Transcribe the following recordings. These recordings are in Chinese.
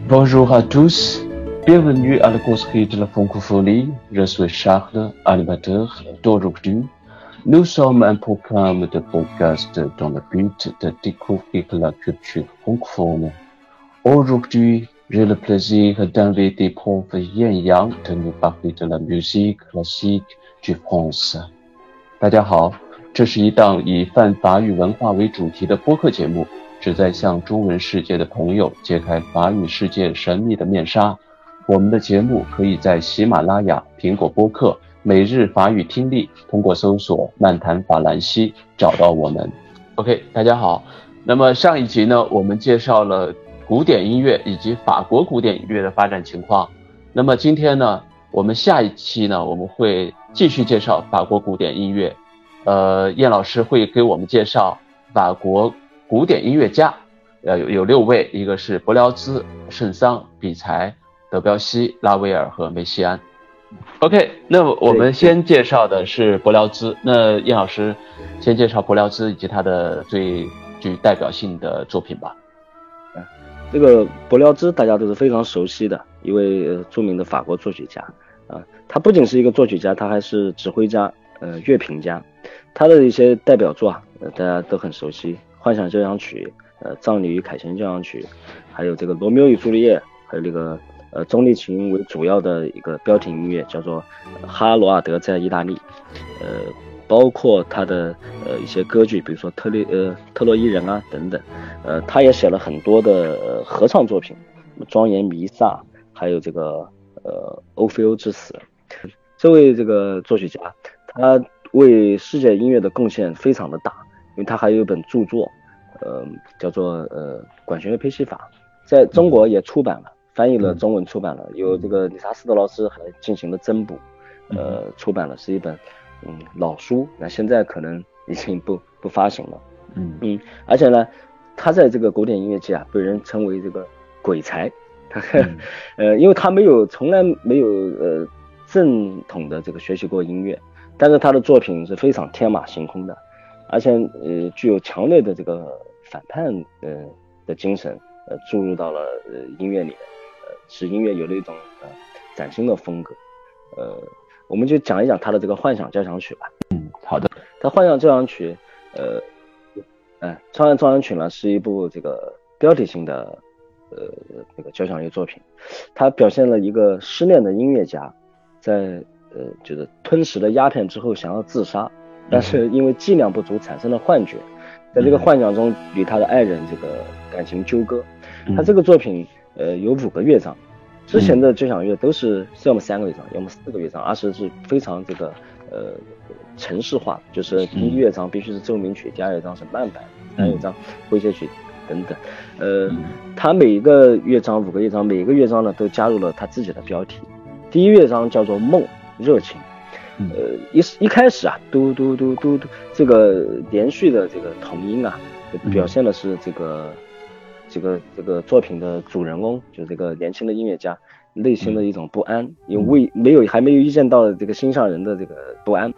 Bonjour à tous, bienvenue à la causerie de la francophonie. Je suis Charles, animateur d'aujourd'hui. Nous sommes un programme de podcast dans le but de découvrir la culture francophone. Aujourd'hui, j'ai le plaisir d'inviter Prof. Yan Yang de nous parler de la musique classique de France。大家好，这是一档以泛法语文化为主题的播客节目，旨在向中文世界的朋友揭开法语世界神秘的面纱。我们的节目可以在喜马拉雅、苹果播客、每日法语听力通过搜索漫谈法兰西找到我们。OK， 大家好。那么上一集呢，我们介绍了古典音乐以及法国古典音乐的发展情况。那么今天呢，我们下一期呢，我们会继续介绍法国古典音乐。燕老师会给我们介绍法国古典音乐家，有6位，一个是伯辽兹、圣桑、比才、德彪西、拉威尔和梅西安。OK， 那我们先介绍的是伯辽兹。那燕老师先介绍伯辽兹以及他的最具代表性的作品吧。 这个伯辽兹大家都是非常熟悉的一位著名的法国作曲家啊，他不仅是一个作曲家，他还是指挥家、乐评家。他的一些代表作大家都很熟悉，《幻想交响曲》、葬礼与凯旋交响曲，还有这个《罗密欧与朱丽叶》，还有这个中提琴为主要的一个标题音乐叫做哈罗尔德在意大利，包括他的一些歌剧，比如说特洛伊人啊等等，他也写了很多的合唱作品，庄严弥撒，还有这个欧菲欧之死。这位这个作曲家，他为世界音乐的贡献非常的大，因为他还有一本著作，叫做管弦乐配器法，在中国也出版了，翻译了中文出版了，有这个理查斯特劳斯还进行了增补，出版了，是一本老书，那现在可能已经不发行了。而且呢，他在这个古典音乐界被人称为这个鬼才，因为他从来没有正统的这个学习过音乐，但是他的作品是非常天马行空的，而且具有强烈的这个反叛的精神，注入到了音乐里面，使音乐有了一种崭新的风格。我们就讲一讲他的这个幻想交响曲吧。 好的。 他幻想交响曲，幻想交响曲呢是一部这个标题性的那个交响乐作品，它表现了一个失恋的音乐家在就是吞食了鸦片之后想要自杀，但是因为剂量不足产生了幻觉，在这个幻想中与他的爱人这个感情纠葛。他这个作品有5个乐章，之前的交响乐都是要么3个乐章，要么4个乐章，而且是非常这个程式化，就是第1乐章必须是奏鸣曲，第2乐章是慢板，第3乐章诙谐曲等等。他每一个乐章5个乐章，每一个乐章呢都加入了他自己的标题。第1乐章叫做梦热情，一开始嘟嘟嘟嘟嘟，这个连续的这个童音表现的是这个作品的主人翁，就是这个年轻的音乐家内心的一种不安，因为还没有预见到这个心上人的这个不安。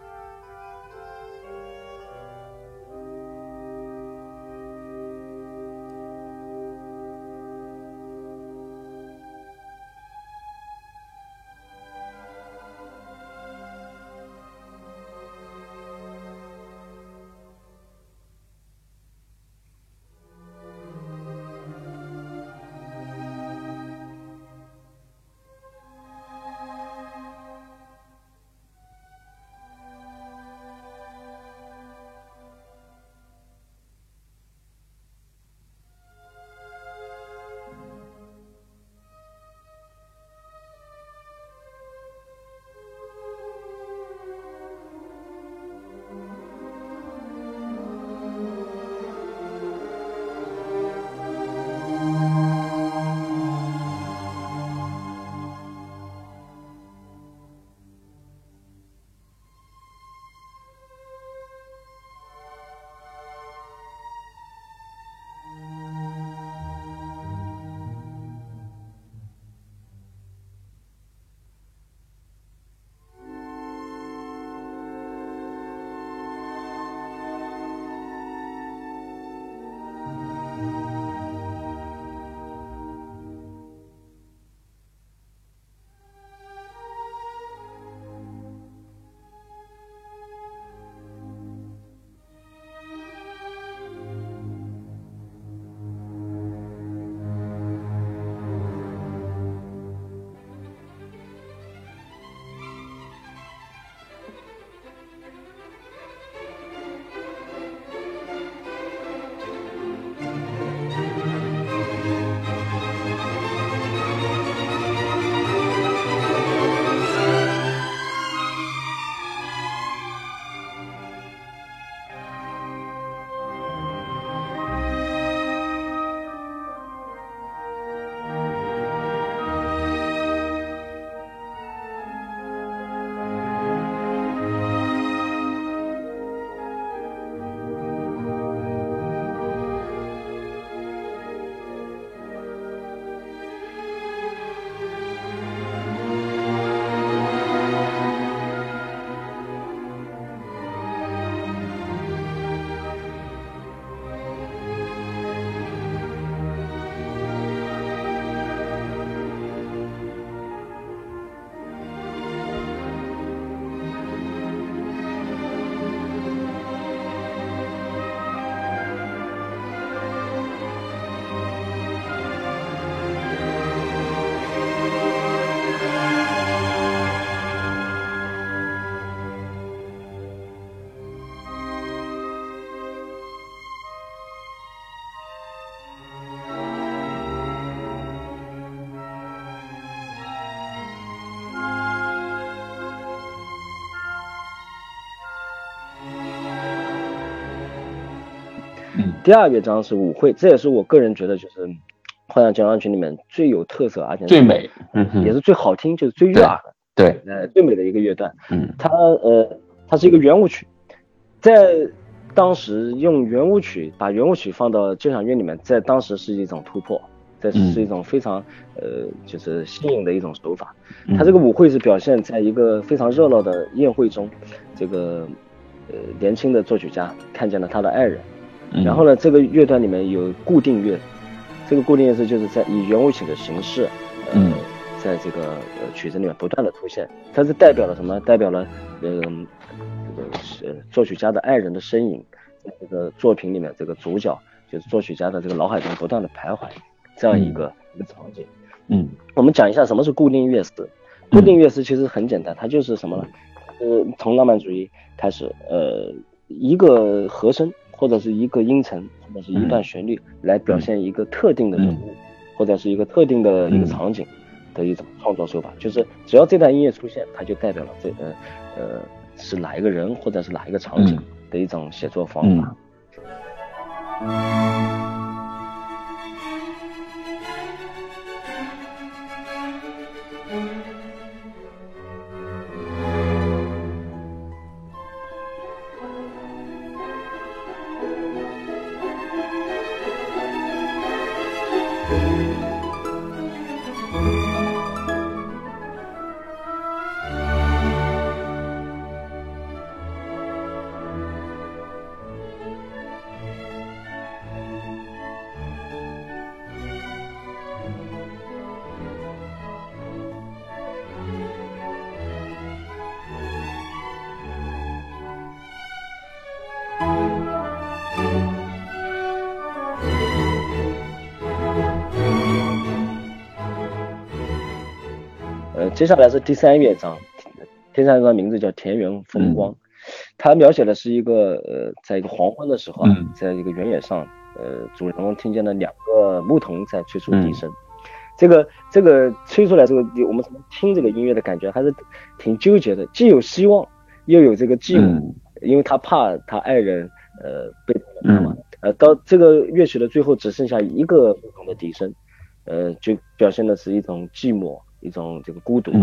第二乐章是舞会，这也是我个人觉得就是幻想交响曲里面最有特色，而且最美， 也是最好听，就是最悦耳的， 对， 最美的一个乐段。它是一个圆舞曲，在当时用把圆舞曲放到交响乐里面，在当时是一种突破，这是一种非常就是新颖的一种手法。它这个舞会是表现在一个非常热闹的宴会中，这个年轻的作曲家看见了他的爱人，然后呢，这个乐段里面有固定乐，这个固定乐是就是在以圆舞曲的形式，在这个曲子里面不断的出现，它是代表了什么？代表了作曲家的爱人的身影，在这个作品里面，这个主角就是作曲家的这个脑海中不断的徘徊，这样一个场景。我们讲一下什么是固定乐思。固定乐思其实很简单，它就是什么呢？从浪漫主义开始，一个和声或者是一个音程或者是一段旋律来表现一个特定的人物，或者是一个特定的一个场景的一种创作手法，就是只要这段音乐出现，它就代表了是哪一个人或者是哪一个场景的一种写作方法。接下来是第三乐章，第三乐章名字叫田园风光，它描写的是一个在一个黄昏的时候在一个原野上，主人公听见了2个牧童在吹出笛声。这个吹出来这个，我们听这个音乐的感觉还是挺纠结的，既有希望又有这个寂寞，因为他怕他爱人背叛了他嘛。到这个乐曲的最后只剩下1个牧童的笛声，就表现的是一种寂寞，一种这个孤独。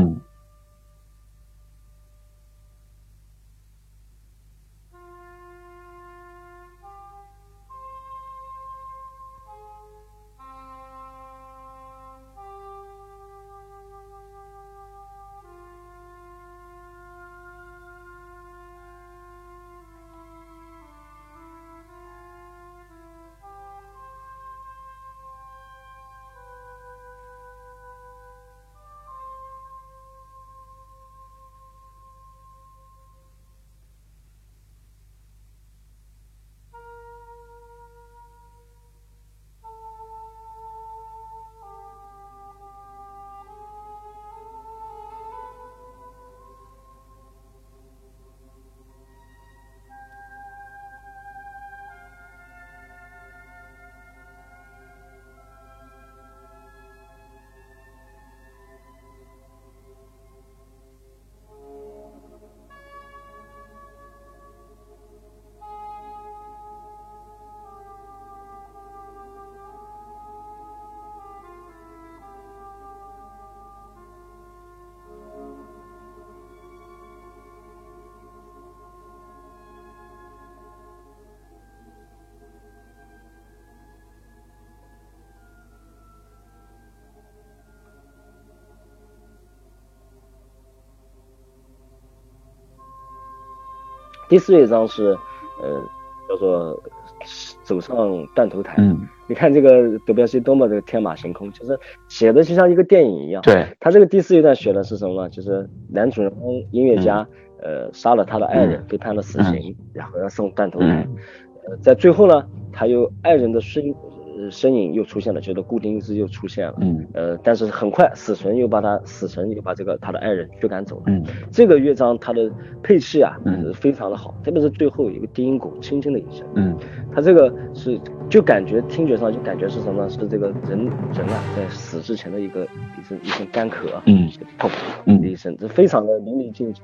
第4乐章是叫做走上断头台。你看这个德彪西多么这个天马行空，就是写的就像一个电影一样。 对， 他这个第4乐段写的是什么呢？就是男主人公音乐家杀了他的爱人，被判了死刑，然后要送断头台。在最后呢，他又爱人的身影又出现了，觉得固定之又出现了。但是很快死神又把这个他的爱人驱赶走了。这个乐章它的配器非常的好，特别是最后一个低音鼓轻轻的一声。他这个是就感觉听觉上就感觉是什么呢？是这个人在死之前的一声干咳，砰的一声，这非常的淋漓尽致。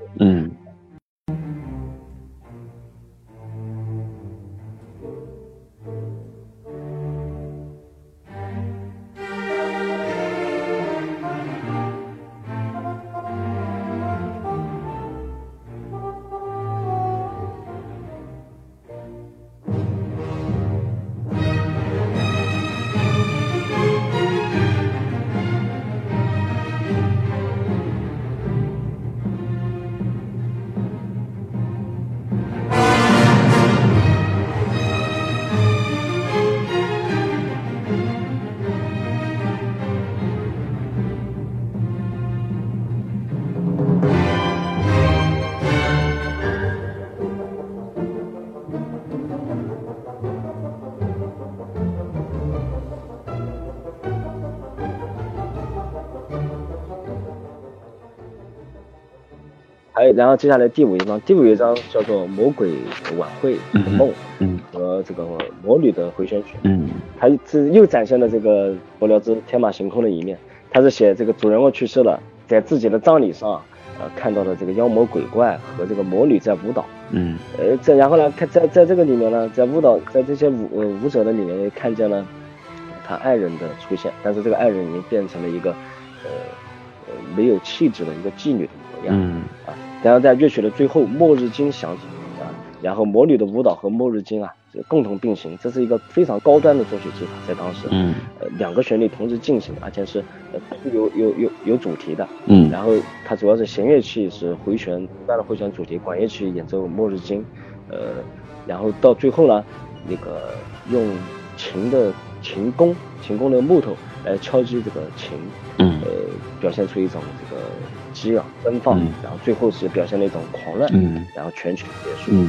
然后接下来第五乐章叫做魔鬼晚会的梦，和这个魔女的回旋曲，它是又展现了这个柏辽兹天马行空的一面。他是写这个主人公去世了，在自己的葬礼上，看到了这个妖魔鬼怪和这个魔女在舞蹈，然后呢，在这个里面呢，在这些舞者的里面，也看见了他爱人的出现，但是这个爱人已经变成了一个没有气质的一个妓女的模样，然后在乐曲的最后，末日经响起然后魔女的舞蹈和末日经共同并行，这是一个非常高端的作曲技法，在当时，两个旋律同时进行，而且是有主题的，然后它主要是弦乐器是回旋，不断的回旋主题，管乐器演奏末日经，然后到最后呢，那个用琴弓的木头来敲击这个琴，表现出一种这个激昂奔放，然后最后是表现了一种狂乱，然后全曲结束。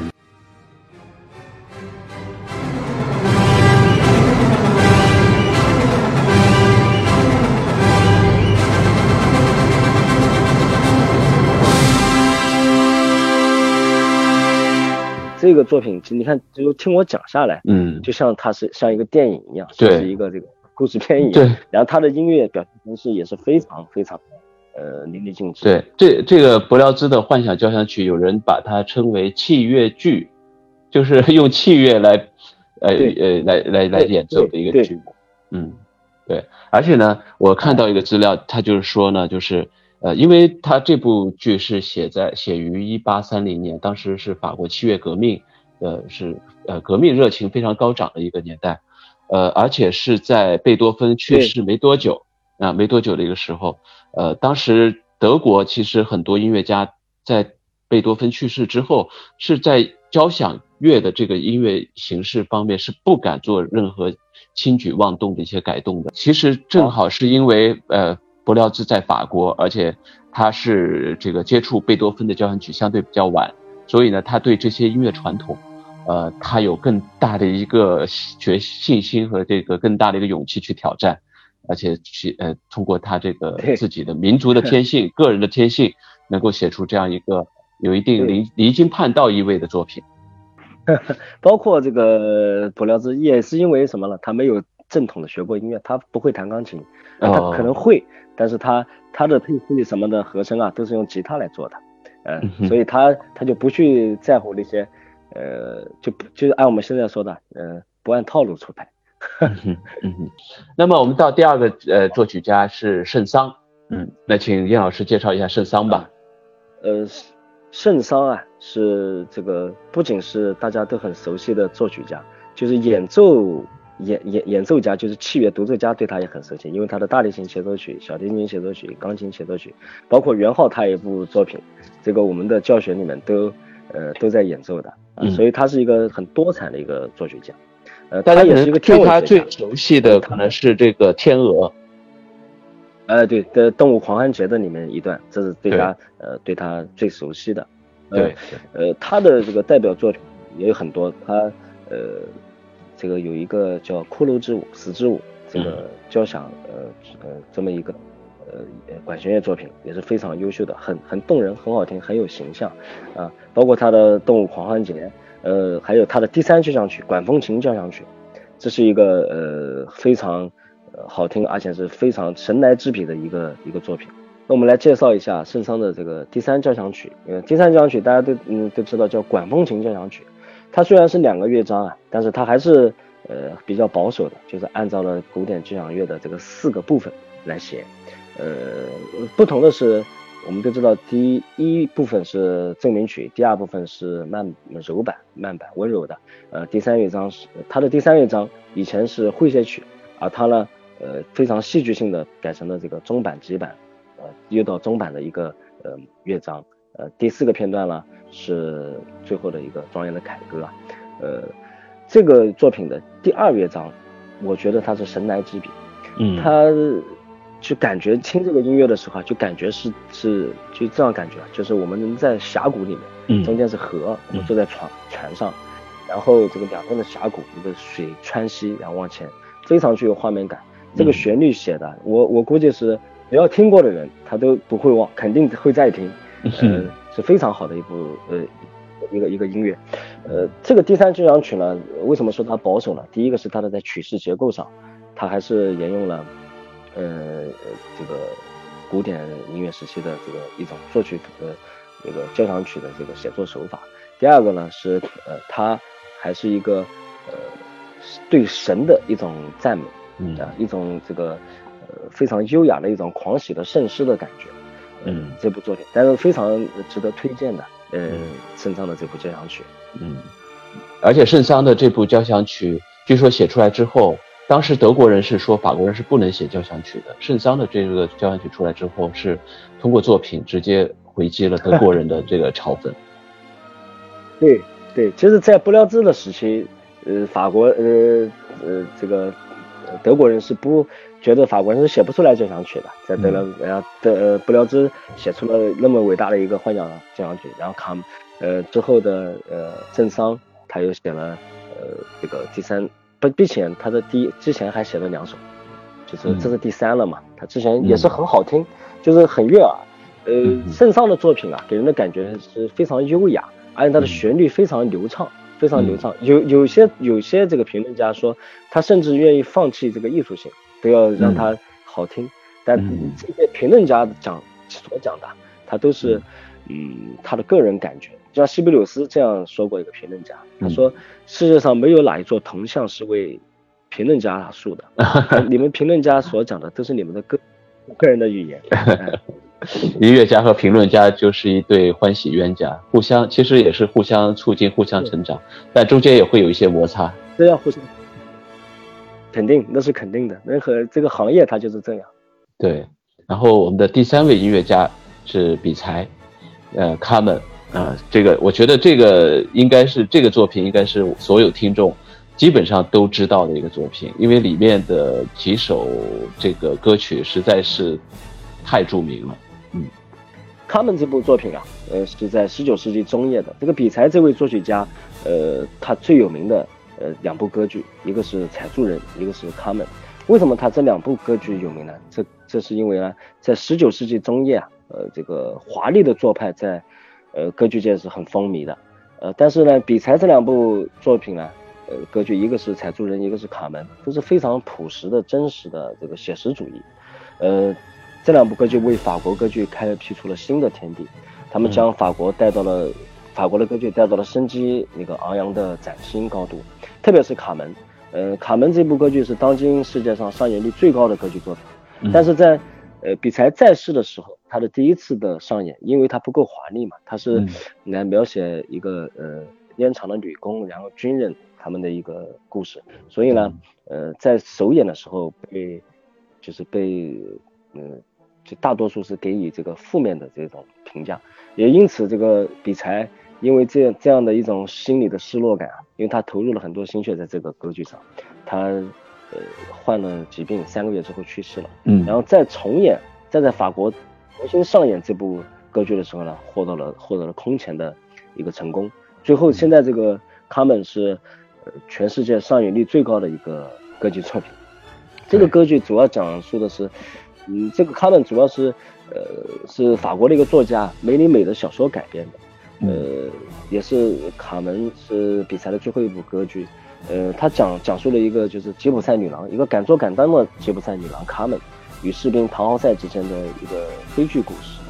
这个作品，你看，就听我讲下来，就像它是像一个电影一样，是一个这个故事片一样。对。然后它的音乐表现方式也是非常非常，淋漓尽致。 对，这个柏辽兹的幻想交响曲，有人把它称为器乐剧，就是用器乐来演奏的一个剧目。对。而且呢，我看到一个资料，他就是说呢，就是因为他这部剧是写于1830年，当时是法国七月革命，是革命热情非常高涨的一个年代，而且是在贝多芬去世没多久的一个时候，当时德国其实很多音乐家在贝多芬去世之后，是在交响乐的这个音乐形式方面是不敢做任何轻举妄动的一些改动的。其实正好是因为柏辽兹在法国，而且他是这个接触贝多芬的交响曲相对比较晚，所以呢，他对这些音乐传统，他有更大的一个信心和这个更大的一个勇气去挑战，而且去通过他这个自己的民族的天性、个人的天性，能够写出这样一个有一定离经叛道意味的作品。 包括这个柏辽兹也是因为什么呢？他没有正统的学过音乐，他不会弹钢琴，他可能会，但是他的配器什么的和声都是用吉他来做的，所以他就不去在乎那些，就是按我们现在说的，不按套路出牌。 那么我们到第二个作曲家是圣桑，那请叶老师介绍一下圣桑吧。 圣桑是这个不仅是大家都很熟悉的作曲家，就是演奏家，就是器乐独奏家，对他也很熟悉，因为他的大提琴协奏曲、小提琴协奏曲、钢琴协奏曲，包括元昊他一部作品，这个我们的教学里面都在演奏的，所以他是一个很多产的一个作曲家。 大家也是一个对他最熟悉的可能是这个天鹅。 对的，动物狂欢节的里面一段，这是对他最熟悉的。他的这个代表作品也有很多，他这个有一个叫《骷髅之舞》《死之舞》这个交响这么一个管弦乐作品，也是非常优秀的，很动人，很好听，很有形象包括他的动物狂欢节，还有他的第三交响曲管风琴交响曲，这是一个非常好听，而且是非常神来之笔的一个作品。那我们来介绍一下圣桑的这个第三交响曲。第三交响曲大家都知道叫管风琴交响曲，它虽然是2个乐章但是它还是比较保守的，就是按照了古典交响乐的这个4个部分来写。不同的是，我们都知道第一部分是奏鸣曲，第2部分是慢板温柔的。第3乐章是它的第3乐章以前是诙谐曲，而它呢非常戏剧性的改成了这个中板急板，又到中板的一个乐章。第4个片段呢是最后的一个庄严的凯歌这个作品的第2乐章，我觉得它是神来之笔。它就感觉听这个音乐的时候就感觉是就这样感觉，就是我们在峡谷里面，中间是河，我们坐在船上，然后这个两边的峡谷，一个水穿溪，然后往前，非常具有画面感。这个旋律写的，我估计是只要听过的人他都不会忘，肯定会再听。 是非常好的一部一个音乐。这个第三交响曲呢，为什么说它保守呢？第一个是它的在曲式结构上，它还是沿用了这个古典音乐时期的这个一种作曲这个交响曲的这个写作手法。第二个呢是它还是一个对神的一种赞美，一种这个非常优雅的一种狂喜的圣诗的感觉。这部作品，但是非常值得推荐的，圣桑的这部交响曲。 而且圣桑的这部交响曲，据说写出来之后，当时德国人是说法国人是不能写交响曲的。圣桑的这个交响曲出来之后，是通过作品直接回击了德国人的这个嘲讽。 对，其实，在不列兹的时期，法国这个德国人是不觉得法国人是写不出来交响曲的，在不列兹写出了那么伟大的一个幻想交响曲，然后之后的圣桑他又写了这个第三，并且他的之前还写了2首，就是这是第3了嘛，他之前也是很好听，就是很悦耳。圣桑的作品啊，给人的感觉是非常优雅，而且它的旋律非常流畅。非常流畅，有些这个评论家说，他甚至愿意放弃这个艺术性，都要让它好听。但这些评论家所讲的，他都是他的个人感觉。就像西比柳斯这样说过一个评论家，他说世界上没有哪一座铜像是为评论家竖的，你们评论家所讲的都是你们的个人的语言。 音乐家和评论家就是一对欢喜冤家，其实也是互相促进、互相成长，但中间也会有一些摩擦。 这样互相肯定，那是肯定的。任何这个行业它就是这样。 对。然后我们的第3位音乐家是比才，卡门这个我觉得这个作品应该是所有听众基本上都知道的一个作品，因为里面的几首这个歌曲实在是太著名了。 卡门这部作品啊，是在19世纪中叶的。这个比才这位作曲家，他最有名的2部歌剧，一个是《采住人》，一个是《卡门》。为什么他这2部歌剧有名呢？这是因为呢，在19世纪中叶啊，这个华丽的做派在歌剧界是很风靡的。但是呢，比才这2部作品呢，歌剧一个是《采住人》，一个是《卡门》，都是非常朴实的、真实的这个写实主义。这2部歌剧为法国歌剧开辟出了新的天地，他们将法国的歌剧带到了生机那个昂扬的崭新高度。特别是卡门，卡门这部歌剧是当今世界上上演率最高的歌剧作品。但是在比才在世的时候，他的第一次的上演，因为他不够华丽嘛，他是来描写一个烟厂的女工，然后军人他们的一个故事，所以呢，在首演的时候就大多数是给予这个负面的这种评价，也因此这个比才因为这样的一种心理的失落感啊，因为他投入了很多心血在这个歌剧上，他患了疾病，3个月之后去世了。然后再重演，在法国重新上演这部歌剧的时候呢，获得了空前的一个成功。最后现在这个卡门是全世界上演率最高的一个歌剧作品。这个歌剧主要讲述的是这个卡门主要是法国的一个作家梅里美的小说改编的，也是卡门是比才的最后一部歌剧。他讲述了一个就是吉普赛女郎，一个敢作敢当的吉普赛女郎卡门与士兵唐豪塞之间的一个悲剧故事。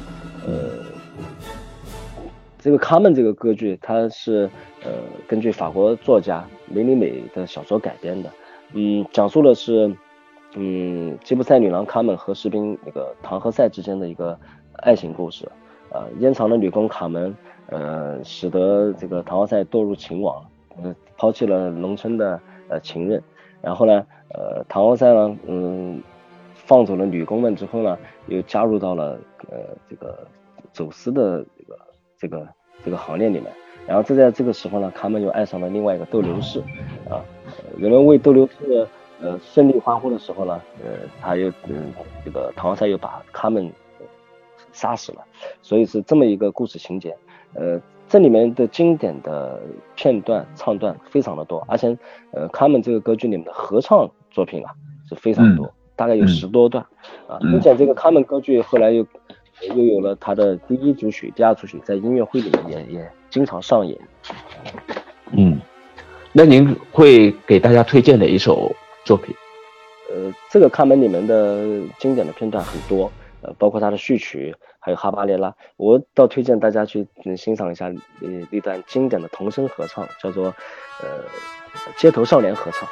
这个卡门这个歌剧它是根据法国作家梅里美的小说改编的，讲述的是吉普赛女郎卡门和士兵那个唐和塞之间的一个爱情故事。烟厂的女工卡门使得这个唐和塞堕入情网，抛弃了农村的情人。然后呢唐和塞呢放走了女工们之后呢，又加入到了这个走私的这个行列里面。然后在这个时候呢，卡门又爱上了另外一个斗牛士人们为斗牛士胜利欢呼的时候呢，他又这个唐和塞又把卡门杀死了。所以是这么一个故事情节。这里面的经典的片段唱段非常的多，而且卡门这个歌剧里面的合唱作品啊是非常多，大概有10多段并且这个卡门歌剧后来又又有了他的第一组曲、第二组曲，在音乐会里面也经常上演。 那您会给大家推荐哪一首作品？ 这个卡门里面的经典的片段很多，包括他的序曲，还有哈巴列拉。我倒推荐大家去欣赏一下一段经典的童声合唱，叫做街头少年合唱。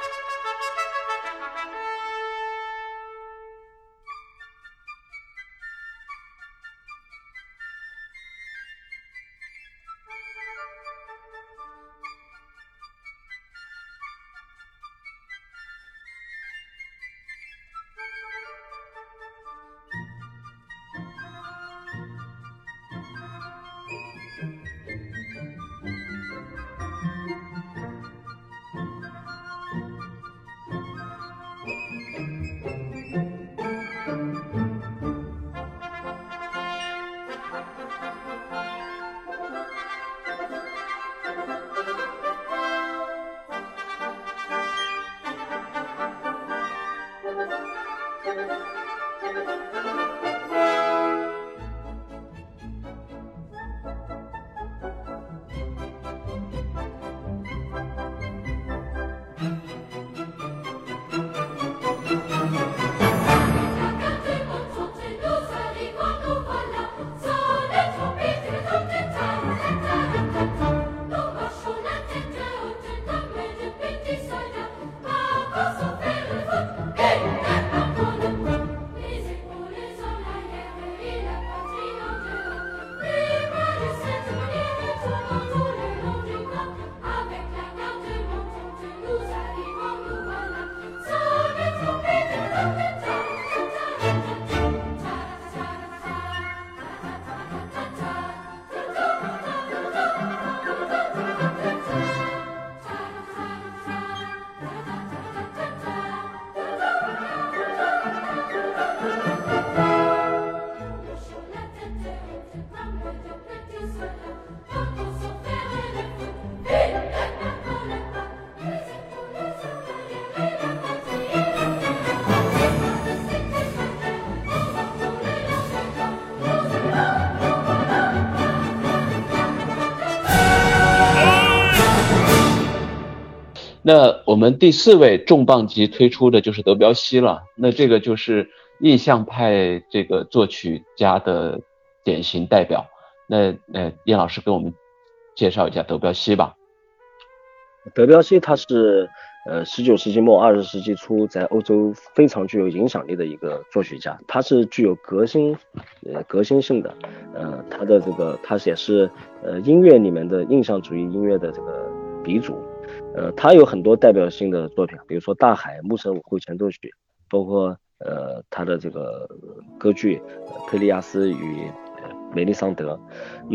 那我们第4位重磅级推出的就是德彪西了，那这个就是印象派这个作曲家的典型代表。那叶老师给我们介绍一下德彪西吧。 德彪西他是19世纪末20世纪初在欧洲非常具有影响力的一个作曲家，他是具有革新性的，他也是音乐里面的印象主义音乐的这个鼻祖。他有很多代表性的作品，比如说《大海》、《牧神午后前奏曲》，包括他的这个歌剧《佩利亚斯与梅丽桑德》。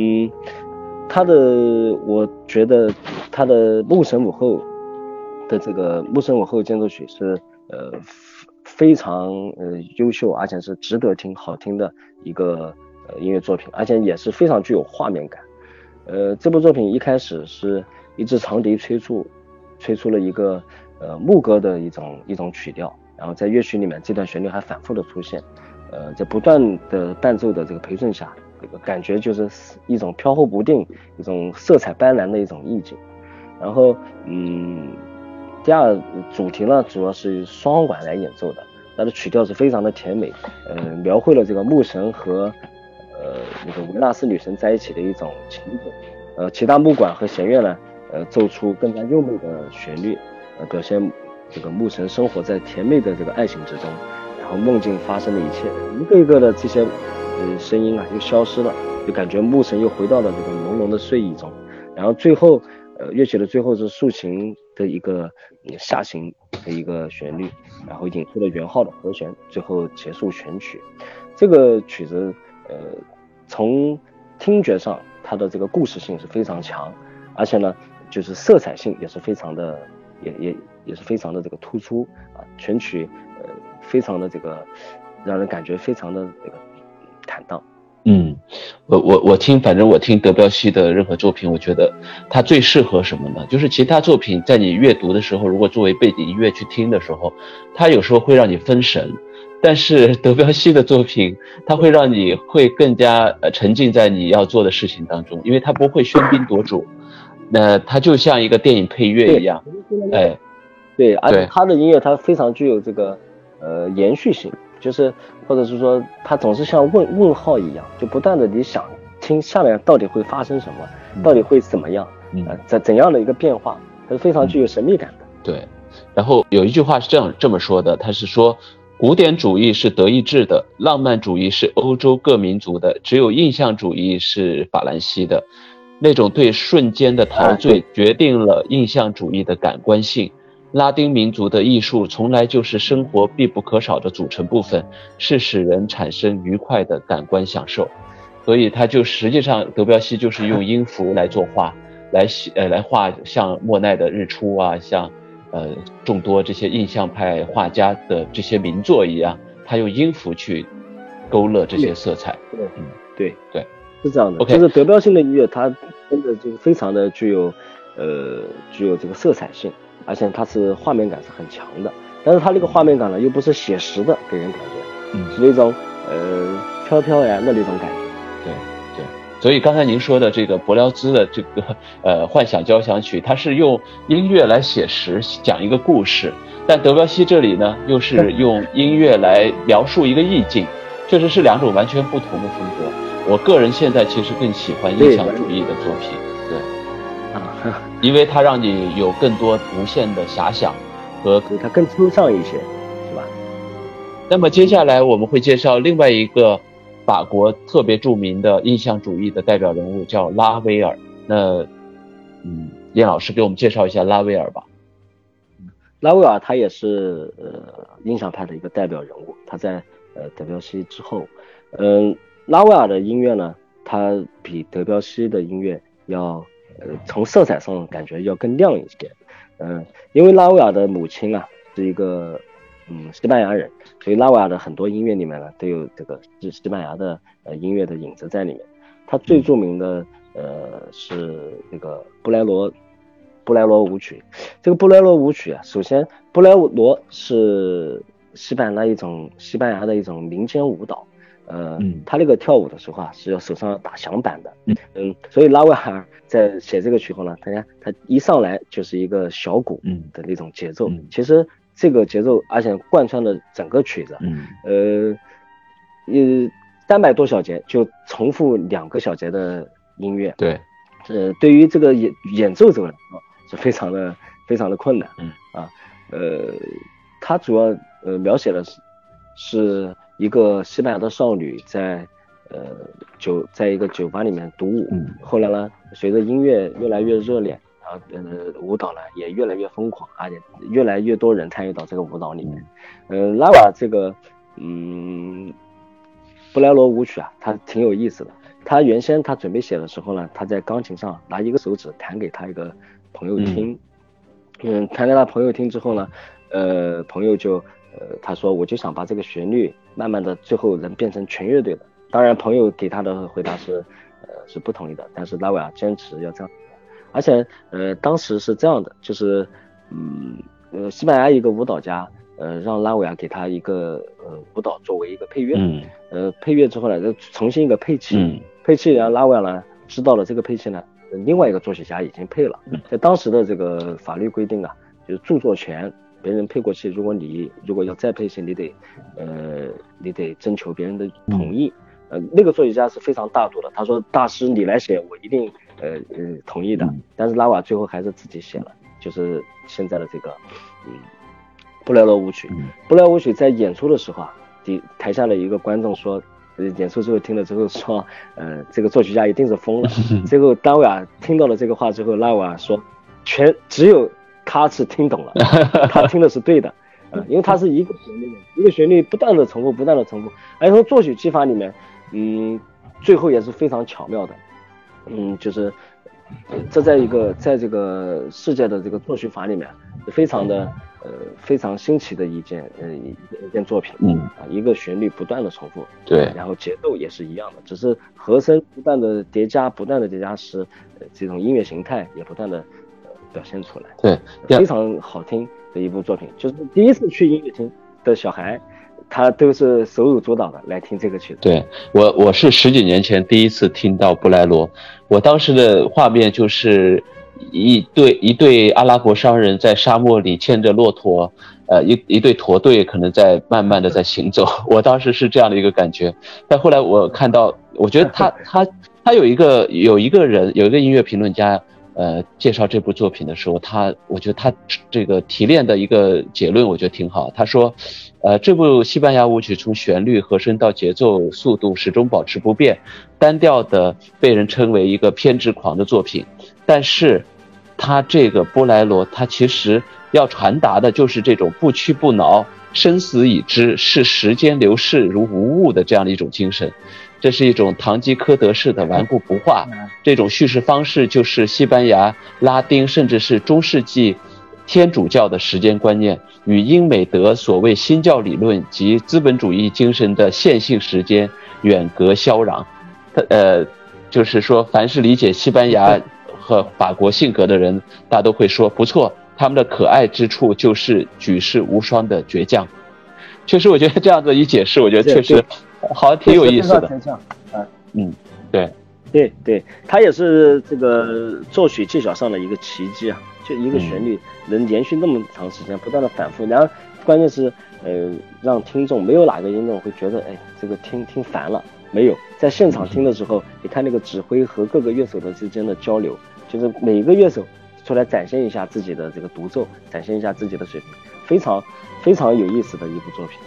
我觉得他的《牧神午后》的这个《牧神午后间奏曲》是非常优秀，而且是值得听、好听的一个音乐作品，而且也是非常具有画面感。这部作品一开始是一支长笛吹出了一个牧歌的一种曲调，然后在乐曲里面这段旋律还反复的出现，在不断的伴奏的这个陪衬下，这个感觉就是一种飘忽不定、一种色彩斑斓的一种意境。然后第二主题呢，主要是双簧管来演奏的，它的曲调是非常的甜美，描绘了这个牧神和那个维纳斯女神在一起的一种情景。其他木管和弦乐呢，奏出更加优美的旋律，表现这个牧神生活在甜美的这个爱情之中，然后梦境发生的一切，一个一个的这些声音啊又消失了，就感觉牧神又回到了这个浓浓的睡意中。然后最后乐曲的最后是竖琴的一个下行的一个旋律，然后引出了圆号的和弦，最后结束全曲。这个曲子从听觉上它的这个故事性是非常强，而且呢就是色彩性也是非常的也是非常的这个突出啊，全曲非常的这个让人感觉非常的这个坦荡。 反正我听德彪西的任何作品，我觉得他最适合什么呢？就是其他作品在你阅读的时候，如果作为背景音乐去听的时候，他有时候会让你分神， 但是德彪西的作品，它会让你会更加沉浸在你要做的事情当中，因为它不会喧宾夺主，它就像一个电影配乐一样，哎， 对，而且他的音乐它非常具有这个延续性，就是或者是说它总是像问号一样，就不断的你想听下面到底会发生什么，到底会怎么样，怎样的一个变化，它是非常具有神秘感的。 对，然后有一句话是这么说的，他是说，古典主义是德意志的，浪漫主义是欧洲各民族的，只有印象主义是法兰西的。那种对瞬间的陶醉决定了印象主义的感官性。拉丁民族的艺术从来就是生活必不可少的组成部分，是使人产生愉快的感官享受。所以他就实际上德彪西就是用音符来作画，来画像莫奈的日出啊，像众多这些印象派画家的这些名作一样，他用音符去勾勒这些色彩。 对，是这样的。 Okay. 就是德彪西的音乐，它真的就非常的具有这个色彩性，而且它是画面感是很强的。但是它这个画面感呢，又不是写实的给人感觉，是那种飘飘然的那种感觉。 对，所以刚才您说的这个柏辽兹的这个幻想交响曲，它是用音乐来写实讲一个故事，但德彪西这里呢又是用音乐来描述一个意境，确实是两种完全不同的风格。我个人现在其实更喜欢印象主义的作品，对，因为它让你有更多无限的遐想和它更抽象一些，是吧？ 那么接下来我们会介绍另外一个法国特别著名的印象主义的代表人物，叫拉威尔。那叶老师给我们介绍一下拉威尔吧。 拉威尔他也是印象派的一个代表人物，他在德彪西之后，拉威尔的音乐呢，它比德彪西的音乐要从色彩上感觉要更亮一些。因为拉威尔的母亲啊是一个西班牙人，所以拉威尔的很多音乐里面呢都有这个西班牙的音乐的影子在里面。他最著名的是这个布莱罗舞曲。这个布莱罗舞曲啊，首先布莱罗是西班牙的一种民间舞蹈。他那个跳舞的时候啊，是要手上打响板的。所以拉威尔在写这个曲后呢，他一上来就是一个小鼓的那种节奏。其实这个节奏，而且贯穿了整个曲子。300多小节就重复2个小节的音乐。 对， 对于这个演奏者来说是非常的困难。他主要描写的是一个西班牙的少女在一个酒吧里面独舞。后来呢，随着音乐越来越热烈，然后舞蹈呢也越来越疯狂，而且越来越多人参与到这个舞蹈里面。拉瓦这个布莱罗舞曲啊，它挺有意思的。他原先他准备写的时候呢，他在钢琴上拿一个手指弹给他一个朋友听。弹给他朋友听之后呢，朋友就他说我就想把这个旋律慢慢的最后能变成全乐队的。当然朋友给他的回答是不同意的，但是拉威尔坚持要这样。而且当时是这样的，就是西班牙一个舞蹈家让拉威尔给他一个舞蹈作为一个配乐。配乐之后呢，就重新一个配器。配器，然后拉威尔呢知道了这个配器呢，另外一个作曲家已经配了。在当时的这个法律规定啊，就是著作权，别人配过器，如果要再配器，你得征求别人的同意。那个作曲家是非常大度的，他说大师你来写，我一定同意的。但是拉威尔最后还是自己写了，就是现在的这个布莱罗舞曲。布莱罗舞曲在演出的时候啊，台下的一个观众说。演出之后听了之后说，这个作曲家一定是疯了。最后拉威尔听到了这个话之后，拉威尔说，只有他是听懂了，他听的是对的。因为它是一个旋律不断的重复，而从作曲技法里面，最后也是非常巧妙的。就是这在这个世界的这个作曲法里面，非常新奇的一件作品。一个旋律不断的重复， 对， 然后节奏也是一样的，只是和声不断的叠加时，这种音乐形态也不断的表现出来。 对， 非常好听的一部作品。就是第一次去音乐厅的小孩， 他都是手舞足蹈的来听这个曲子。 对，我是十几年前第一次听到布莱罗，我当时的画面就是一对阿拉伯商人在沙漠里牵着骆驼，一对驼队可能在慢慢的在行走，我当时是这样的一个感觉。但后来我看到，我觉得他有一个音乐评论家，介绍这部作品的时候，我觉得他这个提炼的一个结论，我觉得挺好。他说，这部西班牙舞曲从旋律、和声到节奏、速度始终保持不变，单调的被人称为一个偏执狂的作品。但是，他这个波莱罗，他其实要传达的就是这种不屈不挠、生死已知，视时间流逝如无物的这样的一种精神。这是一种堂吉诃德式的顽固不化，这种叙事方式就是西班牙、拉丁甚至是中世纪天主教的时间观念，与英美德所谓新教理论及资本主义精神的线性时间远隔霄壤。就是说，凡是理解西班牙和法国性格的人，大都会说不错，他们的可爱之处就是举世无双的倔强。确实，我觉得这样子一解释，我觉得确实好像挺有意思的。 对，它也是这个作曲技巧上的一个奇迹啊！就一个旋律能连续那么长时间不断的反复，然后关键是让听众没有哪个听众会觉得这个听烦了，没有。在现场听的时候，你看那个指挥和各个乐手的之间的交流，就是每一个乐手出来展现一下自己的这个独奏，展现一下自己的水平，非常非常有意思的一部作品。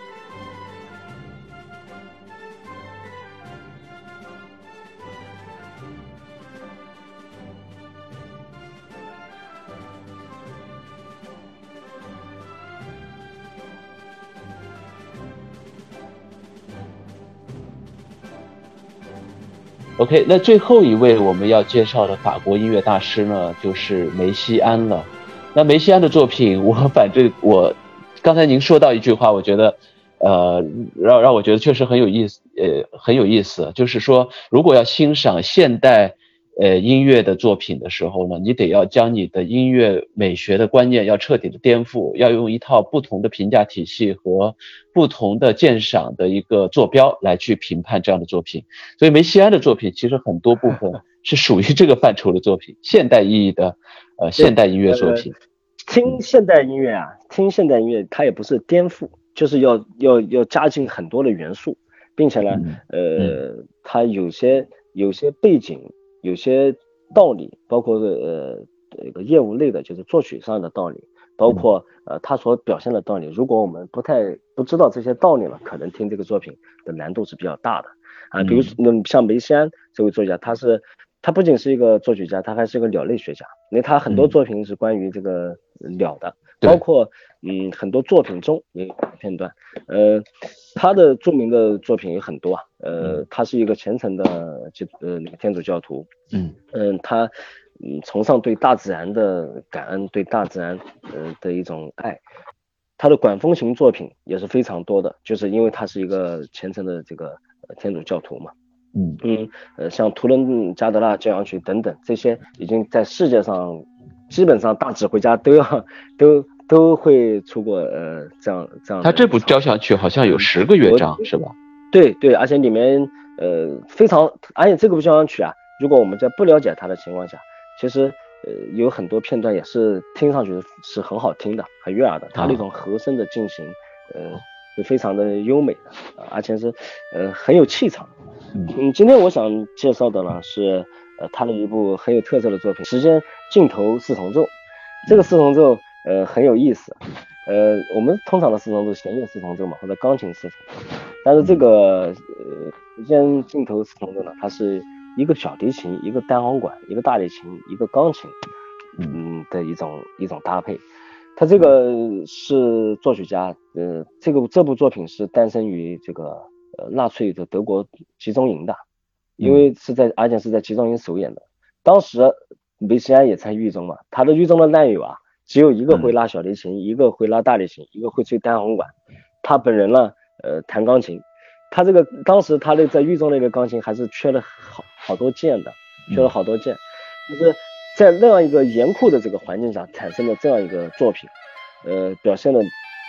OK， 那最后一位我们要介绍的法国音乐大师呢，就是梅西安了。那梅西安的作品，我刚才您说到一句话，我觉得，让我觉得确实很有意思，就是说，如果要欣赏现代音乐的作品的时候呢，你得要将你的音乐美学的观念要彻底的颠覆，要用一套不同的评价体系和不同的鉴赏的一个坐标来去评判这样的作品。所以梅西安的作品其实很多部分是属于这个范畴的作品，现代意义的现代音乐作品。 听现代音乐它也不是颠覆，就是要加进很多的元素，并且呢它有些背景，有些道理，包括这个业务类的，就是作曲上的道理，包括他所表现的道理。如果我们不知道这些道理了，可能听这个作品的难度是比较大的啊。比如像梅西安这位作家，他不仅是一个作曲家，他还是一个鸟类学家，因为他很多作品是关于这个鸟的，包括很多作品中也有片段。他的著名的作品有很多啊。他是一个虔诚的那个天主教徒。他崇尚对大自然的感恩，对大自然的一种爱。他的管风琴作品也是非常多的，就是因为他是一个虔诚的这个天主教徒嘛。像图伦加德纳交响曲等等，这些已经在世界上基本上大指挥家都会出过这样。 他这部交响曲好像有10个乐章是吧？ 对，而且里面而且这个交响曲啊，如果我们在不了解它的情况下，其实有很多片段也是听上去是很好听的，很悦耳的，它那种和声的进行是非常的优美的，而且是很有气场。今天我想介绍的呢是他的一部很有特色的作品《时间尽头四重奏》。这个四重奏很有意思。我们通常的四重奏弦乐四重奏嘛，或者钢琴四重奏，但是这个时间尽头四重奏呢，它是一个小提琴，一个单簧管，一个大提琴，一个钢琴的一种搭配。他这个是作曲家这部作品是诞生于这个纳粹的德国集中营的，因为而且是在集中营首演的。当时梅西安也在狱中嘛，他的狱中的难友啊，只有一个会拉小提琴，一个会拉大提琴，一个会吹单簧管。他本人呢弹钢琴。他这个当时他在狱中那个钢琴还是缺了好多键的，就是在那样一个严酷的这个环境下产生的这样一个作品，表现的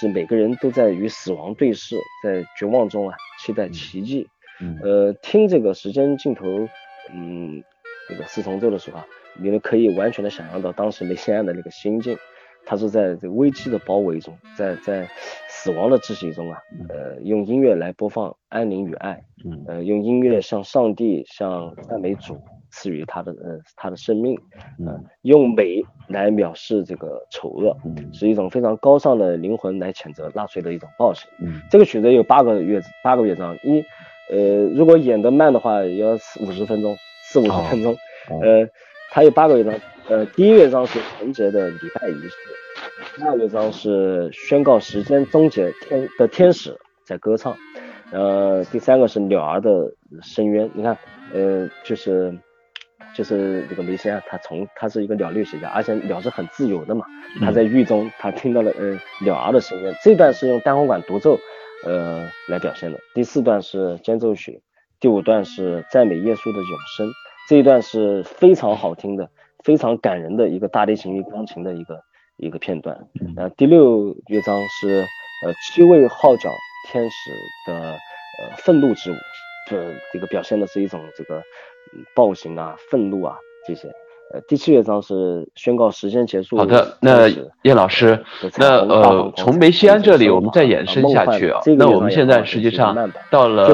是每个人都在与死亡对视，在绝望中啊期待奇迹。听这个时间尽头这个四重奏的时候啊，你们可以完全的想象到当时梅西安的那个心境，他是在这个危机的包围中，在死亡的窒息中啊，用音乐来播放安宁与爱，用音乐向上帝、向赞美主赐予他的生命，用美来藐视这个丑恶，是一种非常高尚的灵魂来谴责纳粹的一种暴行。这个曲子有8个乐章，如果演得慢的话，要50分钟，40-50分钟。它有8个乐章。第一乐章是纯洁的礼拜仪式，第二乐章是宣告时间终结的天使在歌唱，第三个是鸟儿的深渊。你看，就是这个梅西安，他是一个鸟类学家，而且鸟是很自由的嘛，他在狱中他听到了鸟儿的深渊。这段是用单簧管独奏来表现的。第4段是间奏曲，第5段是赞美耶稣的永生。这一段是非常好听的，非常感人的一个大提琴与钢琴的一个片段。第6乐章是7位号角天使的愤怒之舞，这个表现的是一种这个暴行啊、愤怒啊这些。第7乐章是宣告时间结束。 好的，那叶老师，那从梅西安这里我们再延伸下去啊，那我们现在实际上到了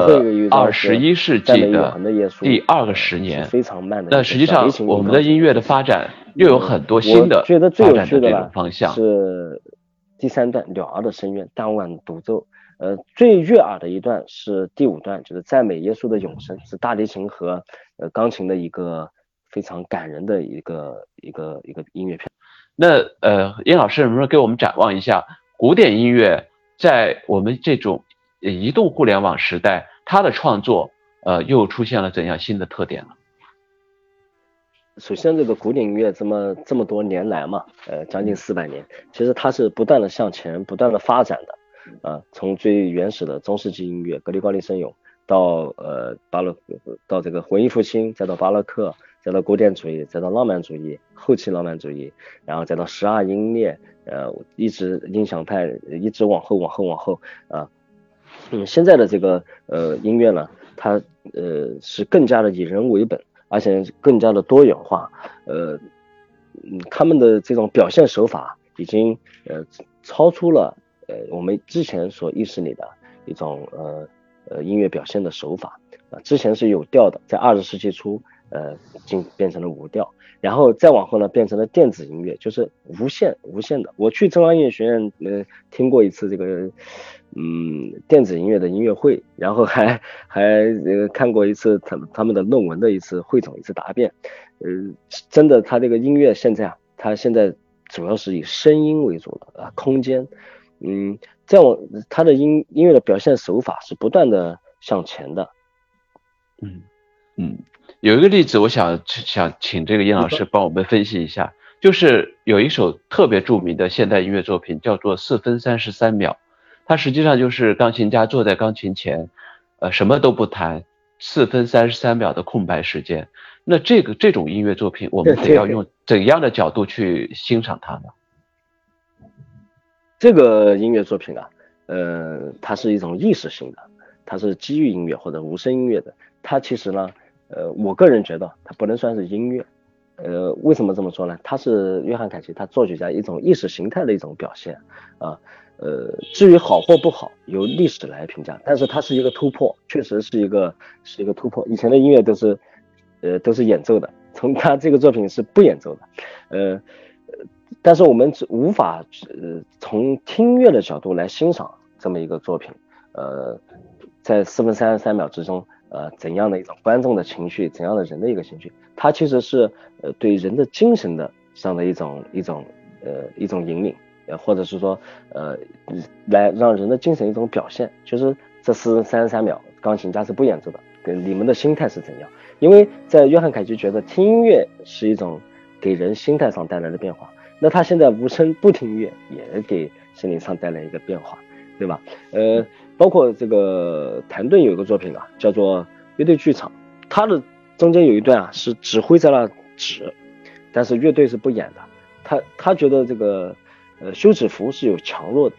21世纪的第2个10年， 非常慢的。 那实际上我们的音乐的发展又有很多新的发展的这种方向。 是第3段鸟儿的深渊，单簧管独奏。最悦耳的一段是第5段，就是赞美耶稣的永生，是大提琴和钢琴的一个非常感人的一个音乐片。 那殷老师能不能给我们展望一下古典音乐在我们这种移动互联网时代，它的创作又出现了怎样新的特点呢？ 首先，这个古典音乐这么多年来嘛，将近400年，其实它是不断的向前、不断的发展的。从最原始的中世纪音乐，格里高利圣咏，到到这个文艺复兴，再到巴洛克，再到古典主义，再到浪漫主义，后期浪漫主义，然后再到12音列，一直印象派，一直往后啊。现在的这个音乐呢，它是更加的以人为本，而且更加的多元化。他们的这种表现手法已经超出了我们之前所意识里的一种音乐表现的手法。之前是有调的，在20世纪初变成了无调，然后再往后呢变成了电子音乐，就是无线的。我去中央音乐学院听过一次这个电子音乐的音乐会，然后还看过一次他们的论文的一次汇总，一次答辩。真的，他这个音乐他现在主要是以声音为主的空间。他的音乐的表现手法是不断的向前的。 有一个例子，我想请这个殷老师帮我们分析一下，就是有一首特别著名的现代音乐作品，叫做4分33秒。它实际上就是钢琴家坐在钢琴前，什么都不弹，4分33秒的空白时间。那这种音乐作品，我们得要用怎样的角度去欣赏它呢？ 这个音乐作品啊，它是一种意识性的，它是基于音乐或者无声音乐的。它其实呢，我个人觉得它不能算是音乐。为什么这么说呢？它是约翰凯奇他作曲家一种意识形态的一种表现啊。至于好或不好，由历史来评价，但是它是一个突破，确实是一个突破。以前的音乐都是演奏的，从他这个作品是不演奏的。但是我们无法从听乐的角度来欣赏这么一个作品。在4分33秒之中，怎样的一种观众的情绪，怎样的人的一个情绪，它其实是对人的精神的上的一种引领，或者是说来让人的精神一种表现。就是这4分33秒，钢琴家是不演奏的，你们的心态是怎样？因为在约翰凯奇觉得听音乐是一种给人心态上带来的变化，那他现在无声不听乐也给心理上带来一个变化，对吧？包括这个谭盾有一个作品啊，叫做乐队剧场，他的中间有一段啊是指挥在那指，但是乐队是不演的。他觉得这个休止符是有强弱的，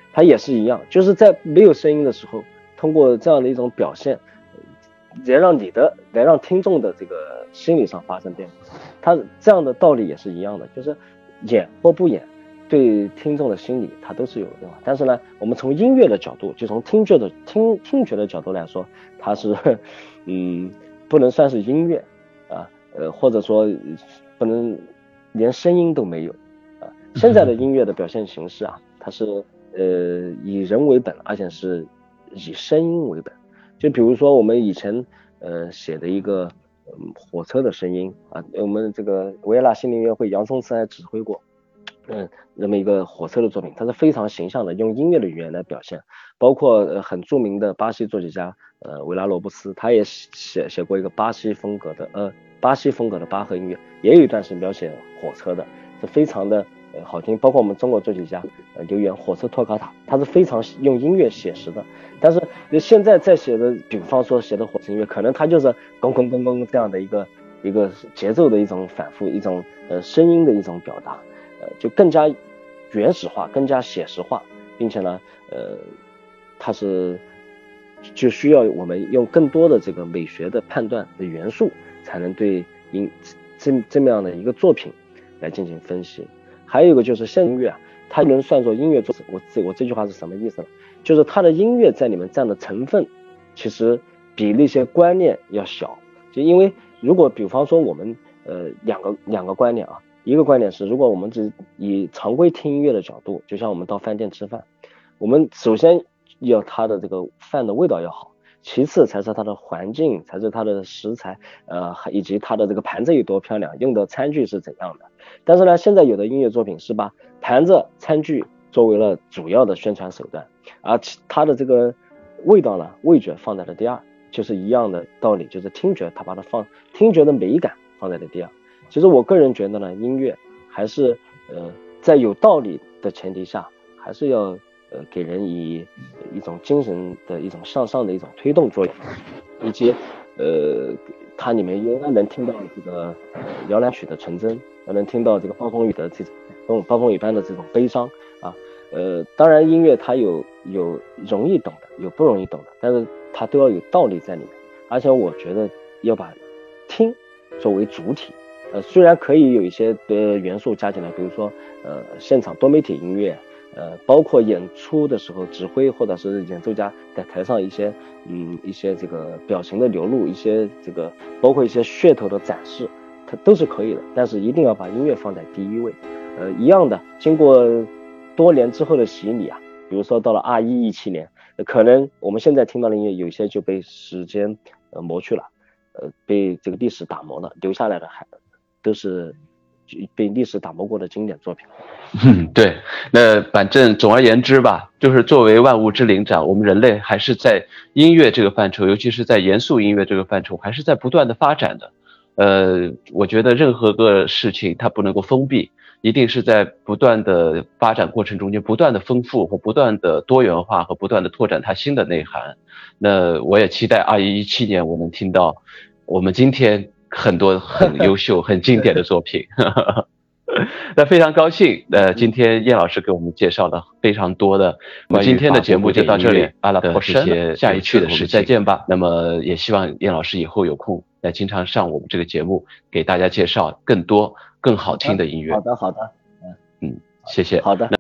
它也是一样，就是在没有声音的时候，通过这样的一种表现，来让听众的这个心理上发生变化。它这样的道理也是一样的，就是演或不演，对听众的心理它都是有变化。但是呢，我们从音乐的角度，就从听觉的角度来说，它是不能算是音乐啊，或者说不能连声音都没有啊。现在的音乐的表现形式啊，它是以人为本，而且是以声音为本。就比如说我们以前写的一个火车的声音啊，我们这个维也纳新年音乐会杨松慈还指挥过那么一个火车的作品，它是非常形象的，用音乐的语言来表现。包括很著名的巴西作曲家维拉罗布斯，他也写过一个巴西风格的巴赫音乐，也有一段是描写火车的，是非常的好听。包括我们中国作曲家刘源火车托卡塔，他是非常用音乐写实的。但是现在在写的，比方说写的火车音乐，可能它就是咣咣咣咣这样的一个节奏的一种反复，一种声音的一种表达，就更加原始化，更加写实化，并且呢它是就需要我们用更多的这个美学的判断的元素，才能对这么样的一个作品来进行分析。还有一个就是现音乐啊，它能算作音乐作品，我这句话是什么意思呢？就是它的音乐在里面占的成分其实比那些观念要小。就因为如果比方说我们两个观念啊，一个观点是，如果我们只以常规听音乐的角度，就像我们到饭店吃饭，我们首先要它的这个饭的味道要好，其次才是它的环境，才是它的食材，以及它的这个盘子有多漂亮，用的餐具是怎样的。但是呢，现在有的音乐作品是把盘子、餐具作为了主要的宣传手段，而它的这个味道呢，味觉放在了第二，就是一样的道理，就是听觉，它把听觉的美感放在了第二。其实我个人觉得呢，音乐还是在有道理的前提下，还是要给人以一种精神的一种向上的一种推动作用，以及它里面应该能听到这个摇篮曲的纯真，能听到这个暴风雨的这种暴风雨般的这种悲伤啊。当然音乐它有容易懂的，有不容易懂的，但是它都要有道理在里面。而且我觉得要把听作为主体。虽然可以有一些元素加进来，比如说现场多媒体音乐，包括演出的时候指挥或者是演奏家在台上一些这个表情的流露，一些这个包括一些噱头的展示，它都是可以的。但是一定要把音乐放在第一位。一样的，经过多年之后的洗礼啊，比如说到了21、17年，可能我们现在听到的音乐有些就被时间磨去了，被这个历史打磨了，留下来的都是被历史打磨过的经典作品。 对，那反正总而言之吧，就是作为万物之灵长，我们人类还是在音乐这个范畴，尤其是在严肃音乐这个范畴，还是在不断的发展的。我觉得任何个事情它不能够封闭，一定是在不断的发展过程中间不断的丰富和不断的多元化和不断的拓展它新的内涵。那我也期待21、17年我能听到我们今天很多很优秀很经典的作品。那非常高兴，今天叶老师给我们介绍了非常多的，我们今天的节目就到这里，阿拉伯这些下一期的事再见吧。那么也希望叶老师以后有空来经常上我们这个节目，给大家介绍更多更好听的音乐。 好的， 谢谢。 好的。